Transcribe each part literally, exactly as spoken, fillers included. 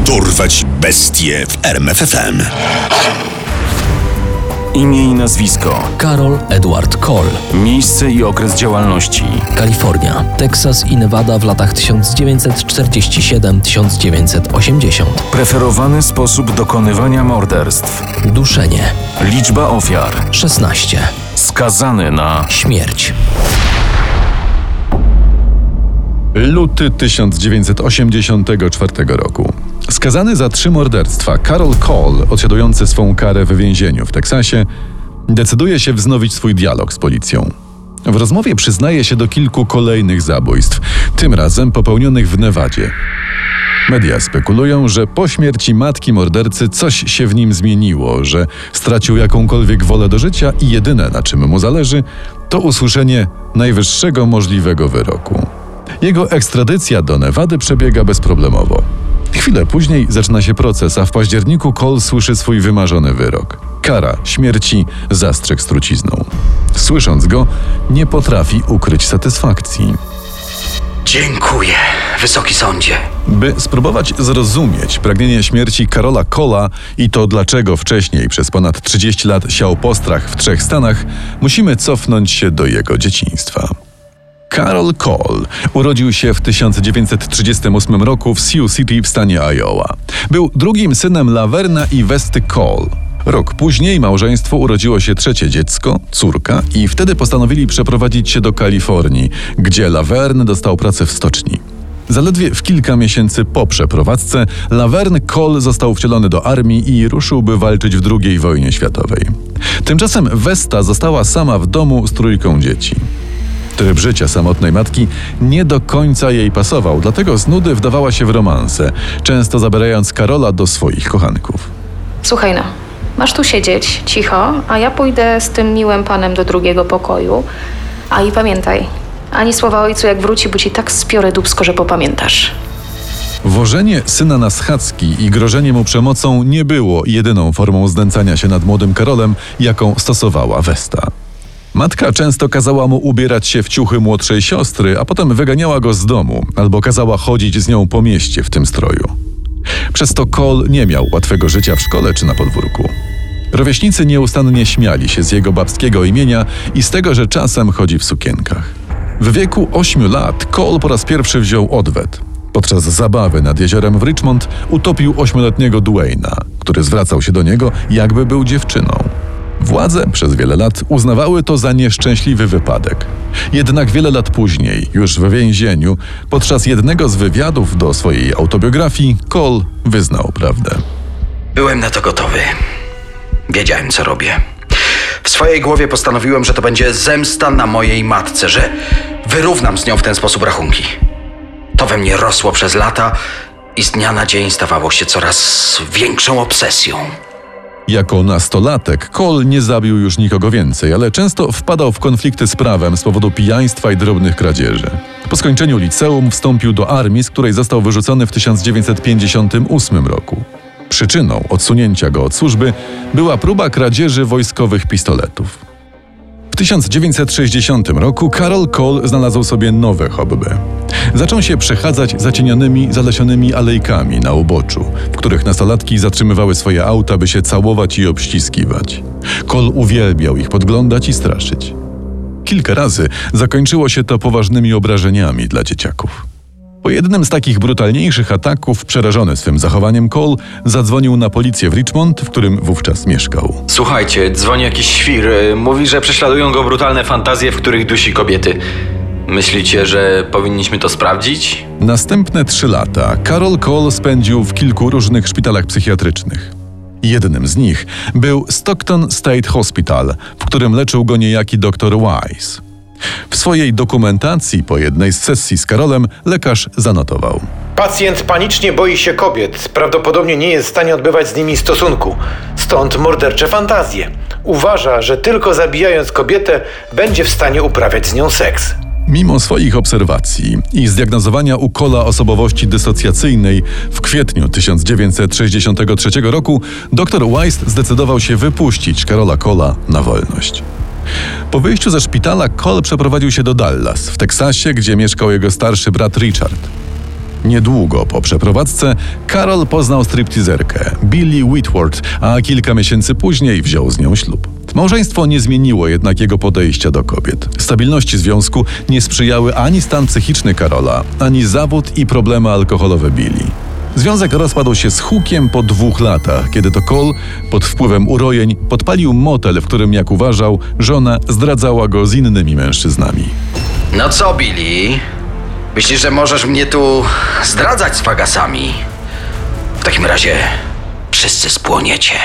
Dorwać bestie w R M F F M. Imię i nazwisko: Carol Edward Cole. Miejsce i okres działalności: Kalifornia, Teksas i Nevada w latach tysiąc dziewięćset czterdziesty siódmy do tysiąc dziewięćset osiemdziesiątego. Preferowany sposób dokonywania morderstw: Duszenie. Liczba ofiar: szesnaście. Skazany na śmierć. Luty tysiąc dziewięćset osiemdziesiątego czwartego roku. Skazany za trzy morderstwa, Carol Cole, odsiadujący swą karę w więzieniu w Teksasie, decyduje się wznowić swój dialog z policją. W rozmowie przyznaje się do kilku kolejnych zabójstw, tym razem popełnionych w Nevadzie. Media spekulują, że po śmierci matki mordercy coś się w nim zmieniło, że stracił jakąkolwiek wolę do życia i jedyne, na czym mu zależy, to usłyszenie najwyższego możliwego wyroku. Jego ekstradycja do Nevady przebiega bezproblemowo. Chwilę później zaczyna się proces, a w październiku Cole słyszy swój wymarzony wyrok. Kara śmierci, zastrzyk z trucizną. Słysząc go, nie potrafi ukryć satysfakcji. Dziękuję, Wysoki Sądzie. By spróbować zrozumieć pragnienie śmierci Carola Cole'a i to dlaczego wcześniej przez ponad trzydzieści lat siał postrach w trzech stanach, musimy cofnąć się do jego dzieciństwa. Carol Cole urodził się w tysiąc dziewięćset trzydziestym ósmym roku w Sioux City w stanie Iowa. Był drugim synem Laverna i Westy Cole. Rok później małżeństwu urodziło się trzecie dziecko, córka, i wtedy postanowili przeprowadzić się do Kalifornii, gdzie Laverne dostał pracę w stoczni. Zaledwie w kilka miesięcy po przeprowadzce Laverne Cole został wcielony do armii i ruszył, by walczyć w drugiej wojnie światowej. Tymczasem Westa została sama w domu z trójką dzieci. Tryb życia samotnej matki nie do końca jej pasował, dlatego z nudy wdawała się w romanse, często zabierając Carola do swoich kochanków. Słuchaj no, masz tu siedzieć cicho, a ja pójdę z tym miłym panem do drugiego pokoju. A i pamiętaj, ani słowa ojcu jak wróci, bo ci tak spiorę dupsko, że popamiętasz. Wożenie syna na schadzki i grożenie mu przemocą nie było jedyną formą znęcania się nad młodym Carolem, jaką stosowała Westa. Matka często kazała mu ubierać się w ciuchy młodszej siostry, a potem wyganiała go z domu albo kazała chodzić z nią po mieście w tym stroju. Przez to Cole nie miał łatwego życia w szkole czy na podwórku. Rówieśnicy nieustannie śmiali się z jego babskiego imienia i z tego, że czasem chodzi w sukienkach. W wieku ośmiu lat Cole po raz pierwszy wziął odwet. Podczas zabawy nad jeziorem w Richmond utopił ośmioletniego Dwayna, który zwracał się do niego, jakby był dziewczyną. Władze przez wiele lat uznawały to za nieszczęśliwy wypadek. Jednak wiele lat później, już w więzieniu, podczas jednego z wywiadów do swojej autobiografii, Cole wyznał prawdę. Byłem na to gotowy. Wiedziałem, co robię. W swojej głowie postanowiłem, że to będzie zemsta na mojej matce, że wyrównam z nią w ten sposób rachunki. To we mnie rosło przez lata i z dnia na dzień stawało się coraz większą obsesją. Jako nastolatek Cole nie zabił już nikogo więcej, ale często wpadał w konflikty z prawem z powodu pijaństwa i drobnych kradzieży. Po skończeniu liceum wstąpił do armii, z której został wyrzucony w tysiąc dziewięćset pięćdziesiątym ósmym roku. Przyczyną odsunięcia go od służby była próba kradzieży wojskowych pistoletów. W tysiąc dziewięćset sześćdziesiątym roku Carol Cole znalazł sobie nowe hobby. Zaczął się przechadzać zacienionymi, zalesionymi alejkami na uboczu, w których nastolatki zatrzymywały swoje auta, by się całować i obściskiwać. Cole uwielbiał ich podglądać i straszyć. Kilka razy zakończyło się to poważnymi obrażeniami dla dzieciaków. Po jednym z takich brutalniejszych ataków, przerażony swym zachowaniem, Cole zadzwonił na policję w Richmond, w którym wówczas mieszkał. Słuchajcie, dzwoni jakiś świr. Mówi, że prześladują go brutalne fantazje, w których dusi kobiety. Myślicie, że powinniśmy to sprawdzić? Następne trzy lata Carol Cole spędził w kilku różnych szpitalach psychiatrycznych. Jednym z nich był Stockton State Hospital, w którym leczył go niejaki doktor Wise. W swojej dokumentacji po jednej z sesji z Carolem lekarz zanotował: Pacjent panicznie boi się kobiet, prawdopodobnie nie jest w stanie odbywać z nimi stosunku, stąd mordercze fantazje. Uważa, że tylko zabijając kobietę będzie w stanie uprawiać z nią seks. Mimo swoich obserwacji i zdiagnozowania u Cole'a osobowości dysocjacyjnej w kwietniu tysiąc dziewięćset sześćdziesiątego trzeciego roku doktor Wise zdecydował się wypuścić Carola Cole'a na wolność. Po wyjściu ze szpitala Cole przeprowadził się do Dallas, w Teksasie, gdzie mieszkał jego starszy brat Richard. Niedługo po przeprowadzce Carol poznał stripteaserkę Billie Whitworth, a kilka miesięcy później wziął z nią ślub. Małżeństwo nie zmieniło jednak jego podejścia do kobiet. Stabilności związku nie sprzyjały ani stan psychiczny Karola, ani zawód i problemy alkoholowe Billie. Związek rozpadł się z hukiem po dwóch latach, kiedy to Cole pod wpływem urojeń podpalił motel, w którym, jak uważał, żona zdradzała go z innymi mężczyznami. No co, Billy? Myślisz, że możesz mnie tu zdradzać z fagasami? W takim razie wszyscy spłoniecie.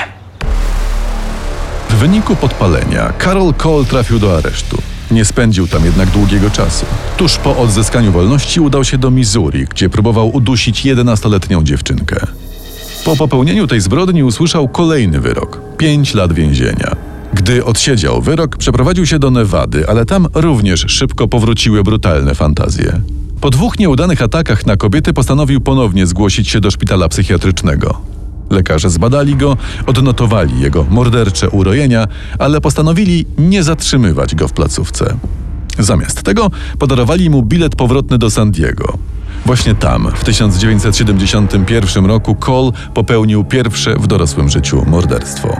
W wyniku podpalenia Carol Cole trafił do aresztu. Nie spędził tam jednak długiego czasu. Tuż po odzyskaniu wolności udał się do Missouri, gdzie próbował udusić jedenastoletnią dziewczynkę. Po popełnieniu tej zbrodni usłyszał kolejny wyrok – pięć lat więzienia. Gdy odsiedział wyrok, przeprowadził się do Nevady, ale tam również szybko powróciły brutalne fantazje. Po dwóch nieudanych atakach na kobiety postanowił ponownie zgłosić się do szpitala psychiatrycznego. Lekarze zbadali go, odnotowali jego mordercze urojenia, ale postanowili nie zatrzymywać go w placówce. Zamiast tego podarowali mu bilet powrotny do San Diego. Właśnie tam, w tysiąc dziewięćset siedemdziesiątym pierwszym roku, Cole popełnił pierwsze w dorosłym życiu morderstwo.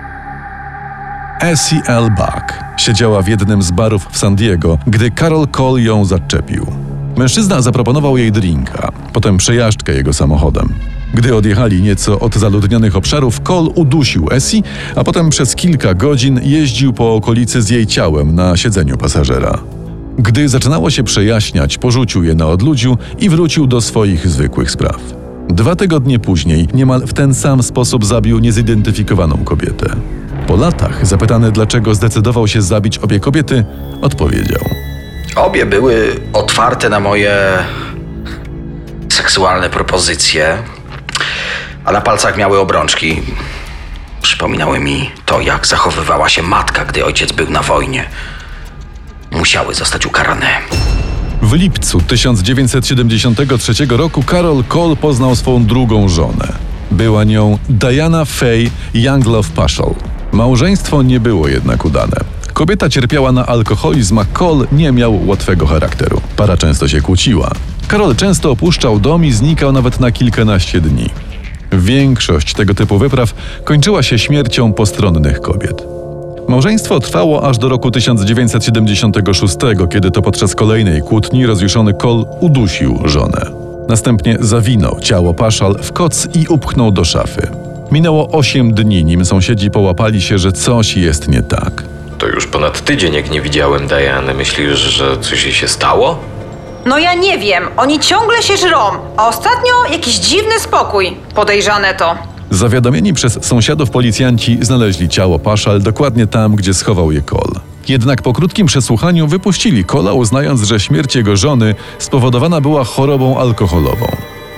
Essie L. Buck siedziała w jednym z barów w San Diego, gdy Carol Cole ją zaczepił. Mężczyzna zaproponował jej drinka, potem przejażdżkę jego samochodem. Gdy odjechali nieco od zaludnionych obszarów, Cole udusił Essie, a potem przez kilka godzin jeździł po okolicy z jej ciałem na siedzeniu pasażera. Gdy zaczynało się przejaśniać, porzucił je na odludziu i wrócił do swoich zwykłych spraw. Dwa tygodnie później niemal w ten sam sposób zabił niezidentyfikowaną kobietę. Po latach, zapytany, dlaczego zdecydował się zabić obie kobiety, odpowiedział: Obie były otwarte na moje seksualne propozycje, a na palcach miały obrączki. Przypominały mi to, jak zachowywała się matka, gdy ojciec był na wojnie. Musiały zostać ukarane. W lipcu tysiąc dziewięćset siedemdziesiątego trzeciego roku Carol Cole poznał swą drugą żonę. Była nią Diana Faye Younglove Paschal. Małżeństwo nie było jednak udane. Kobieta cierpiała na alkoholizm, a Cole nie miał łatwego charakteru. Para często się kłóciła. Carol często opuszczał dom i znikał nawet na kilkanaście dni. Większość tego typu wypraw kończyła się śmiercią postronnych kobiet. Małżeństwo trwało aż do roku tysiąc dziewięćset siedemdziesiątego szóstego, kiedy to podczas kolejnej kłótni rozjuszony Cole udusił żonę. Następnie zawinął ciało Paschal w koc i upchnął do szafy. Minęło osiem dni, nim sąsiedzi połapali się, że coś jest nie tak. To już ponad tydzień, jak nie widziałem Diany. Myślisz, że coś jej się stało? No ja nie wiem, oni ciągle się żrą, a ostatnio jakiś dziwny spokój. Podejrzane to. Zawiadomieni przez sąsiadów policjanci znaleźli ciało Paschal dokładnie tam, gdzie schował je Cole. Jednak po krótkim przesłuchaniu wypuścili Cole'a, uznając, że śmierć jego żony spowodowana była chorobą alkoholową.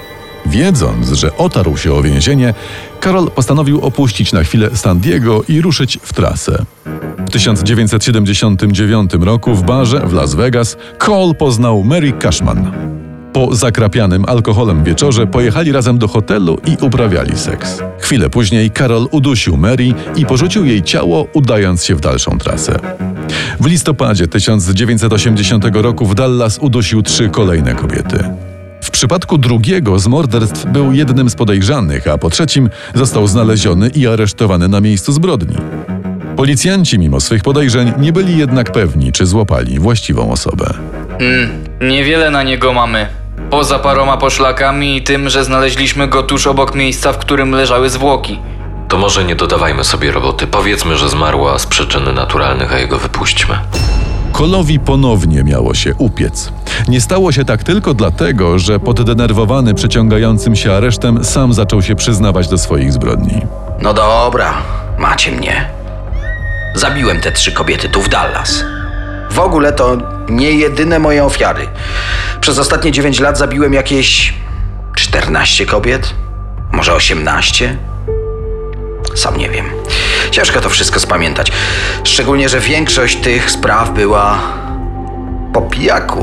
Wiedząc, że otarł się o więzienie, Carol postanowił opuścić na chwilę San Diego i ruszyć w trasę. W tysiąc dziewięćset siedemdziesiątym dziewiątym roku w barze w Las Vegas Cole poznał Mary Cashman. Po zakrapianym alkoholem wieczorze pojechali razem do hotelu i uprawiali seks. Chwilę później Carol udusił Mary i porzucił jej ciało, udając się w dalszą trasę. W listopadzie tysiąc dziewięćset osiemdziesiątego roku w Dallas udusił trzy kolejne kobiety. W przypadku drugiego z morderstw był jednym z podejrzanych, a po trzecim został znaleziony i aresztowany na miejscu zbrodni. Policjanci mimo swych podejrzeń nie byli jednak pewni, czy złapali właściwą osobę. Mm, niewiele na niego mamy. Poza paroma poszlakami i tym, że znaleźliśmy go tuż obok miejsca, w którym leżały zwłoki. To może nie dodawajmy sobie roboty. Powiedzmy, że zmarła z przyczyn naturalnych, a jego wypuśćmy. Cole'owi ponownie miało się upiec. Nie stało się tak tylko dlatego, że poddenerwowany przeciągającym się aresztem sam zaczął się przyznawać do swoich zbrodni. No dobra, macie mnie. Zabiłem te trzy kobiety tu w Dallas. W ogóle to nie jedyne moje ofiary. Przez ostatnie dziewięć lat zabiłem jakieś czternaście kobiet? Może osiemnaście? Sam nie wiem. Ciężko to wszystko spamiętać. Szczególnie, że większość tych spraw była po pijaku.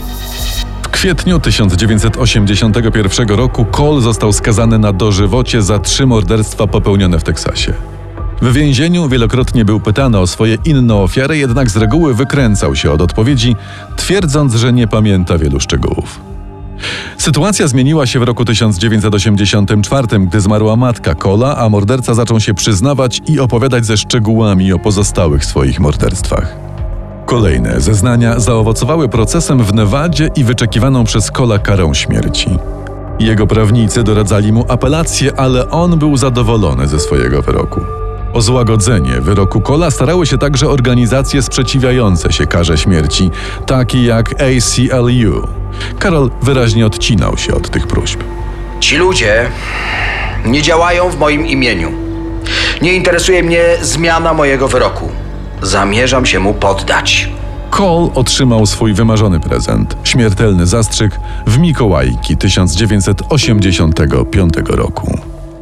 W kwietniu tysiąc dziewięćset osiemdziesiątego pierwszego roku Cole został skazany na dożywocie za trzy morderstwa popełnione w Teksasie. W więzieniu wielokrotnie był pytany o swoje inne ofiary, jednak z reguły wykręcał się od odpowiedzi, twierdząc, że nie pamięta wielu szczegółów. Sytuacja zmieniła się w roku tysiąc dziewięćset osiemdziesiątym czwartym, gdy zmarła matka Cola, a morderca zaczął się przyznawać i opowiadać ze szczegółami o pozostałych swoich morderstwach. Kolejne zeznania zaowocowały procesem w Nevadzie i wyczekiwaną przez Cola karą śmierci. Jego prawnicy doradzali mu apelację, ale on był zadowolony ze swojego wyroku. O złagodzenie wyroku Cola starały się także organizacje sprzeciwiające się karze śmierci, takie jak A C L U. Karol wyraźnie odcinał się od tych próśb. Ci ludzie nie działają w moim imieniu. Nie interesuje mnie zmiana mojego wyroku. Zamierzam się mu poddać. Cole otrzymał swój wymarzony prezent, śmiertelny zastrzyk w Mikołajki tysiąc dziewięćset osiemdziesiątego piątego roku.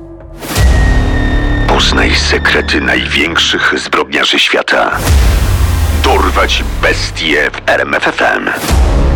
Poznaj sekrety największych zbrodniarzy świata. Dorwać bestie w R M F F M.